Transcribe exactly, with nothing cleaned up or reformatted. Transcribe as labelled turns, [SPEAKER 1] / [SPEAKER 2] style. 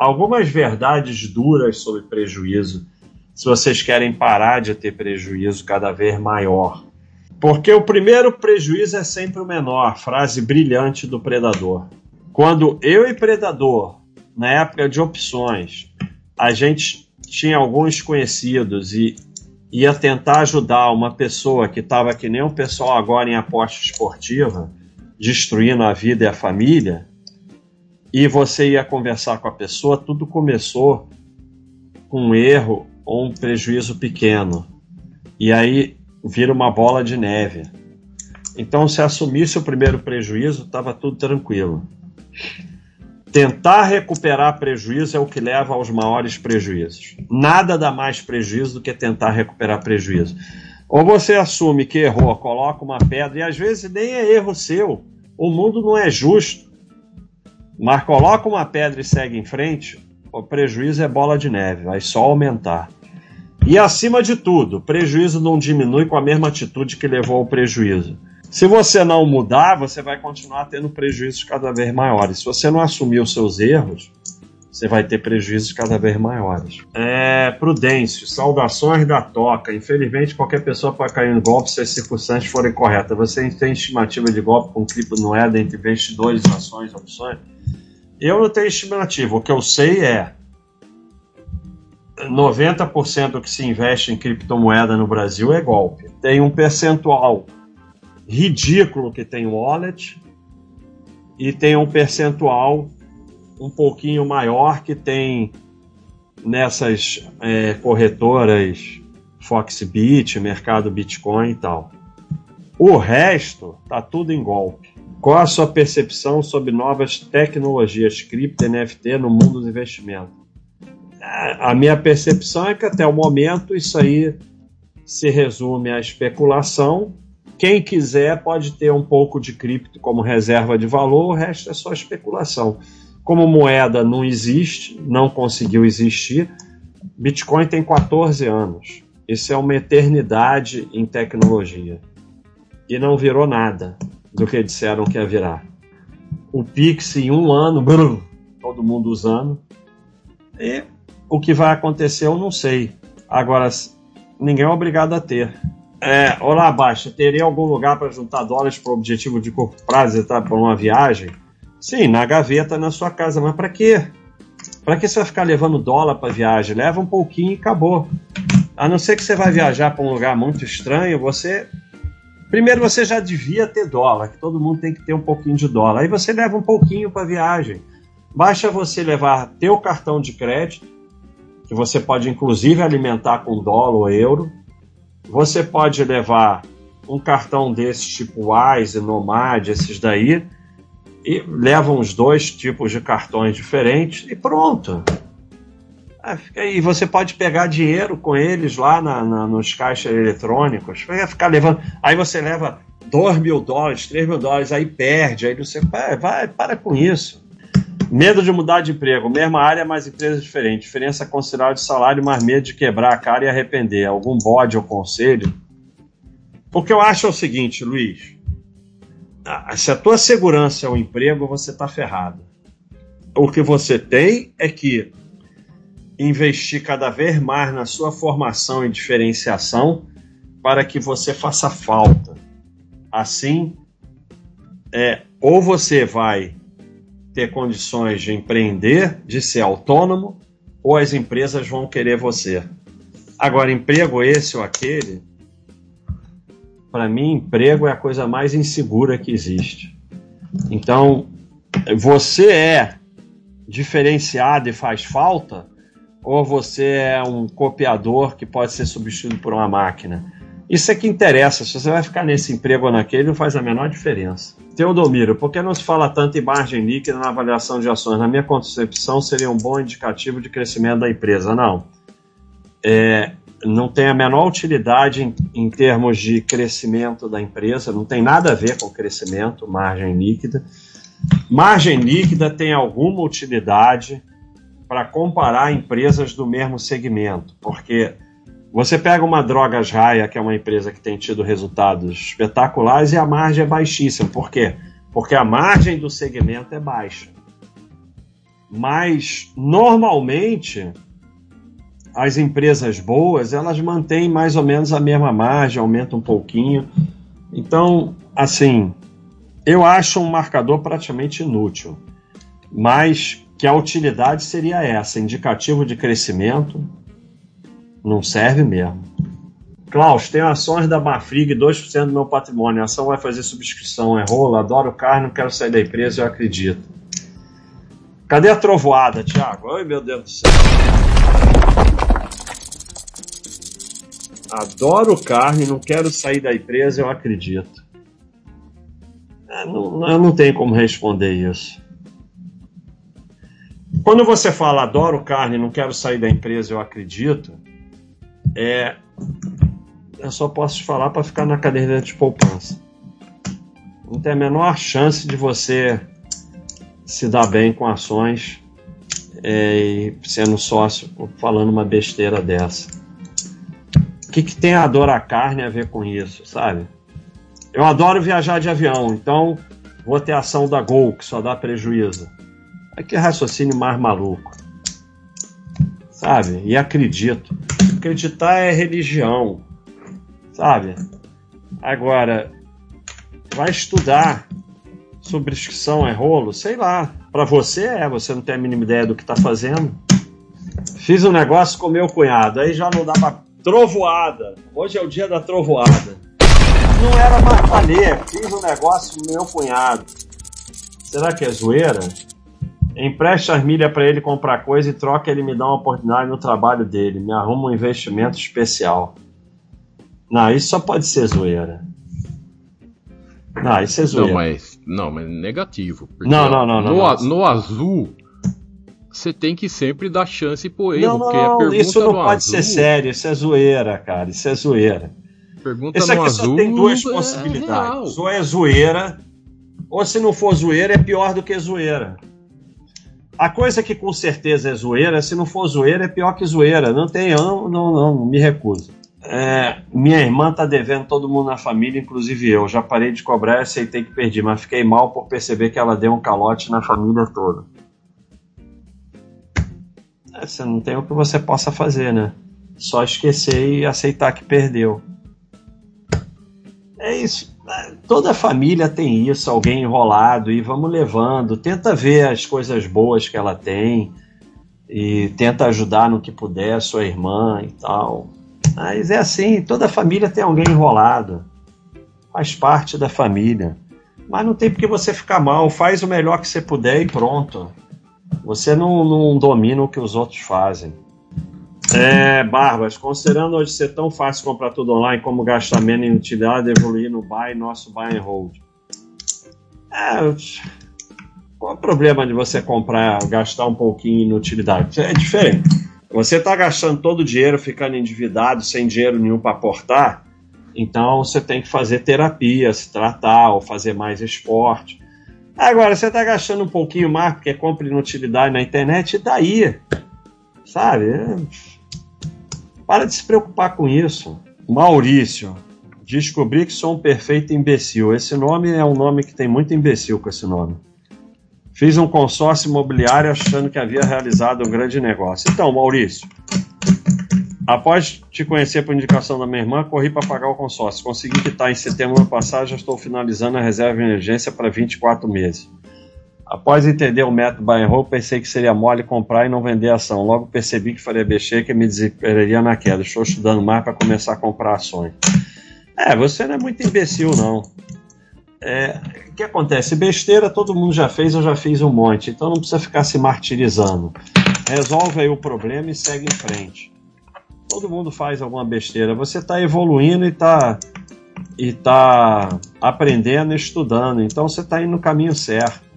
[SPEAKER 1] algumas verdades duras sobre prejuízo, se vocês querem parar de ter prejuízo cada vez maior. Porque o primeiro prejuízo é sempre o menor, frase brilhante do Predador. Quando eu e Predador, na época de opções, a gente tinha alguns conhecidos e ia tentar ajudar uma pessoa que estava que nem o pessoal agora em aposta esportiva, destruindo a vida e a família, e você ia conversar com a pessoa, tudo começou com um erro ou um prejuízo pequeno. E aí vira uma bola de neve. Então, se assumisse o primeiro prejuízo, estava tudo tranquilo. Tentar recuperar prejuízo é o que leva aos maiores prejuízos. Nada dá mais prejuízo do que tentar recuperar prejuízo. Ou você assume que errou, coloca uma pedra, e às vezes nem é erro seu. O mundo não é justo. Mas coloca uma pedra e segue em frente, o prejuízo é bola de neve, vai só aumentar. E acima de tudo, o prejuízo não diminui com a mesma atitude que levou ao prejuízo. Se você não mudar, você vai continuar tendo prejuízos cada vez maiores. Se você não assumir os seus erros, você vai ter prejuízos cada vez maiores. É, Prudêncio, saudações da Toca. Infelizmente, qualquer pessoa pode cair no golpe se as circunstâncias forem corretas. Você tem estimativa de golpe com criptomoeda entre investidores, ações, opções? Eu não tenho estimativa. O que eu sei é noventa por cento do que se investe em criptomoeda no Brasil é golpe. Tem um percentual ridículo que tem wallet e tem um percentual um pouquinho maior que tem nessas é, corretoras Foxbit, mercado Bitcoin e tal. O resto tá tudo em golpe. Qual a sua percepção sobre novas tecnologias cripto, N F T no mundo dos investimentos? A minha percepção é que até o momento isso aí se resume à especulação. Quem quiser pode ter um pouco de cripto como reserva de valor, o resto é só especulação. Como moeda não existe, não conseguiu existir, Bitcoin tem quatorze anos. Isso é uma eternidade em tecnologia. E não virou nada do que disseram que ia virar. O Pix em um ano, brum, todo mundo usando. E o que vai acontecer eu não sei. Agora, ninguém é obrigado a ter. É, olá, Baixa, teria algum lugar para juntar dólares para o objetivo de curto prazo, tá, para uma viagem? Sim, na gaveta na sua casa, mas para quê? Para que você vai ficar levando dólar para viagem? Leva um pouquinho e acabou. A não ser que você vai viajar para um lugar muito estranho, você... Primeiro você já devia ter dólar, que todo mundo tem que ter um pouquinho de dólar. Aí você leva um pouquinho para viagem. Basta você levar teu cartão de crédito, que você pode inclusive alimentar com dólar ou euro. Você pode levar um cartão desses tipo Wise, Nomad, esses daí, e leva uns dois tipos de cartões diferentes e pronto. E você pode pegar dinheiro com eles lá na, na, nos caixas eletrônicos, vai ficar levando. Aí você leva dois mil dólares, três mil dólares, aí perde, aí você vai, vai, para com isso. Medo de mudar de emprego, mesma área, mas empresa diferente. Diferença considerável de salário, mas medo de quebrar a cara e arrepender. Algum bode ou conselho? O que eu acho é o seguinte, Luiz. Se a tua segurança é o emprego, você está ferrado. O que você tem é que investir cada vez mais na sua formação e diferenciação para que você faça falta. Assim, é, ou você vai ter condições de empreender, de ser autônomo, ou as empresas vão querer você. Agora, emprego esse ou aquele, para mim, emprego é a coisa mais insegura que existe. Então, você é diferenciado e faz falta, ou você é um copiador que pode ser substituído por uma máquina? Isso é que interessa. Se você vai ficar nesse emprego ou naquele, não faz a menor diferença. Teodomiro, por que não se fala tanto em margem líquida na avaliação de ações? Na minha concepção, seria um bom indicativo de crescimento da empresa. Não. É, não tem a menor utilidade em, em termos de crescimento da empresa. Não tem nada a ver com crescimento, margem líquida. Margem líquida tem alguma utilidade para comparar empresas do mesmo segmento, porque você pega uma Drogas Raia, que é uma empresa que tem tido resultados espetaculares, e a margem é baixíssima. Por quê? Porque a margem do segmento é baixa. Mas, normalmente, as empresas boas, elas mantêm mais ou menos a mesma margem, aumentam um pouquinho. Então, assim, eu acho um marcador praticamente inútil. Mas que a utilidade seria essa, indicativo de crescimento, não serve mesmo. Klaus, tenho ações da Marfrig, dois por cento do meu patrimônio. A ação vai fazer subscrição, é rolo, adoro carne, não quero sair da empresa, eu acredito. Cadê a trovoada, Thiago? Ai, meu Deus do céu. Adoro carne, não quero sair da empresa, eu acredito. É, não, eu não tenho como responder isso. Quando você fala adoro carne, não quero sair da empresa, eu acredito, é, eu só posso te falar para ficar na cadeira de poupança. Não tem a menor chance de você se dar bem com ações é, e sendo sócio falando uma besteira dessa. O que, que tem a adorar carne a ver com isso, sabe? Eu adoro viajar de avião, então vou ter ação da Gol, que só dá prejuízo. Que raciocínio mais maluco, sabe? E acredito. Acreditar é religião, sabe? Agora, vai estudar subscrição é rolo? Sei lá. Para você é, você não tem a mínima ideia do que está fazendo. Fiz um negócio com meu cunhado, aí já não dava trovoada. Hoje é o dia da trovoada. Não era mais valer, fiz um negócio com meu cunhado. Será que é zoeira? Empresta as milhas para ele comprar coisa e troca, ele me dá uma oportunidade no trabalho dele. Me arruma um investimento especial. Não, isso só pode ser zoeira. Não, isso é zoeira.
[SPEAKER 2] Não, mas, não, mas negativo. Porque,
[SPEAKER 1] não, não, não,
[SPEAKER 2] no,
[SPEAKER 1] não, não.
[SPEAKER 2] No azul, você tem que sempre dar chance pro erro.
[SPEAKER 1] Não, não,
[SPEAKER 2] porque a pergunta
[SPEAKER 1] isso não pode
[SPEAKER 2] azul,
[SPEAKER 1] ser sério. Isso é zoeira, cara. Isso é zoeira.
[SPEAKER 2] Pergunta
[SPEAKER 1] Isso aqui
[SPEAKER 2] no
[SPEAKER 1] só
[SPEAKER 2] azul
[SPEAKER 1] tem duas
[SPEAKER 2] é
[SPEAKER 1] possibilidades. Ou é zoeira, ou se não for zoeira, é pior do que zoeira. A coisa que com certeza é zoeira, se não for zoeira, é pior que zoeira. Não tem, não, não, não me recuso. É, minha irmã tá devendo todo mundo na família, inclusive eu. Já parei de cobrar e aceitei que perdi, mas fiquei mal por perceber que ela deu um calote na família toda. É, você não tem o que você possa fazer, né? Só esquecer e aceitar que perdeu. É isso. Toda família tem isso, alguém enrolado, e vamos levando. Tenta ver as coisas boas que ela tem e tenta ajudar no que puder, sua irmã e tal. Mas é assim, toda família tem alguém enrolado. Faz parte da família. Mas não tem por que você ficar mal. Faz o melhor que você puder e pronto. Você não, não domina o que os outros fazem. É, Barbas, considerando hoje ser tão fácil comprar tudo online, como gastar menos em utilidade, evoluir no buy, nosso buy and hold. É, qual é o problema de você comprar, gastar um pouquinho em utilidade? É diferente. Você está gastando todo o dinheiro, ficando endividado, sem dinheiro nenhum para aportar, então você tem que fazer terapia, se tratar, ou fazer mais esporte. Agora, você está gastando um pouquinho mais porque compra inutilidade na internet, e daí? Sabe? Para de se preocupar com isso. Maurício, descobri que sou um perfeito imbecil. Esse nome é um nome que tem muito imbecil com esse nome. Fiz um consórcio imobiliário achando que havia realizado um grande negócio. Então, Maurício, após te conhecer por indicação da minha irmã, corri para pagar o consórcio. Consegui quitar em setembro do ano passado, já estou finalizando a reserva de emergência para vinte e quatro meses. Após entender o método buy and hold, pensei que seria mole comprar e não vender a ação. Logo percebi que faria besteira, que me desesperaria na queda. Estou estudando mais para começar a comprar ações. É, você não é muito imbecil, não. É, o que acontece? Besteira todo mundo já fez, eu já fiz um monte. Então não precisa ficar se martirizando. Resolve aí o problema e segue em frente. Todo mundo faz alguma besteira. Você está evoluindo e está e tá aprendendo e estudando. Então você está indo no caminho certo.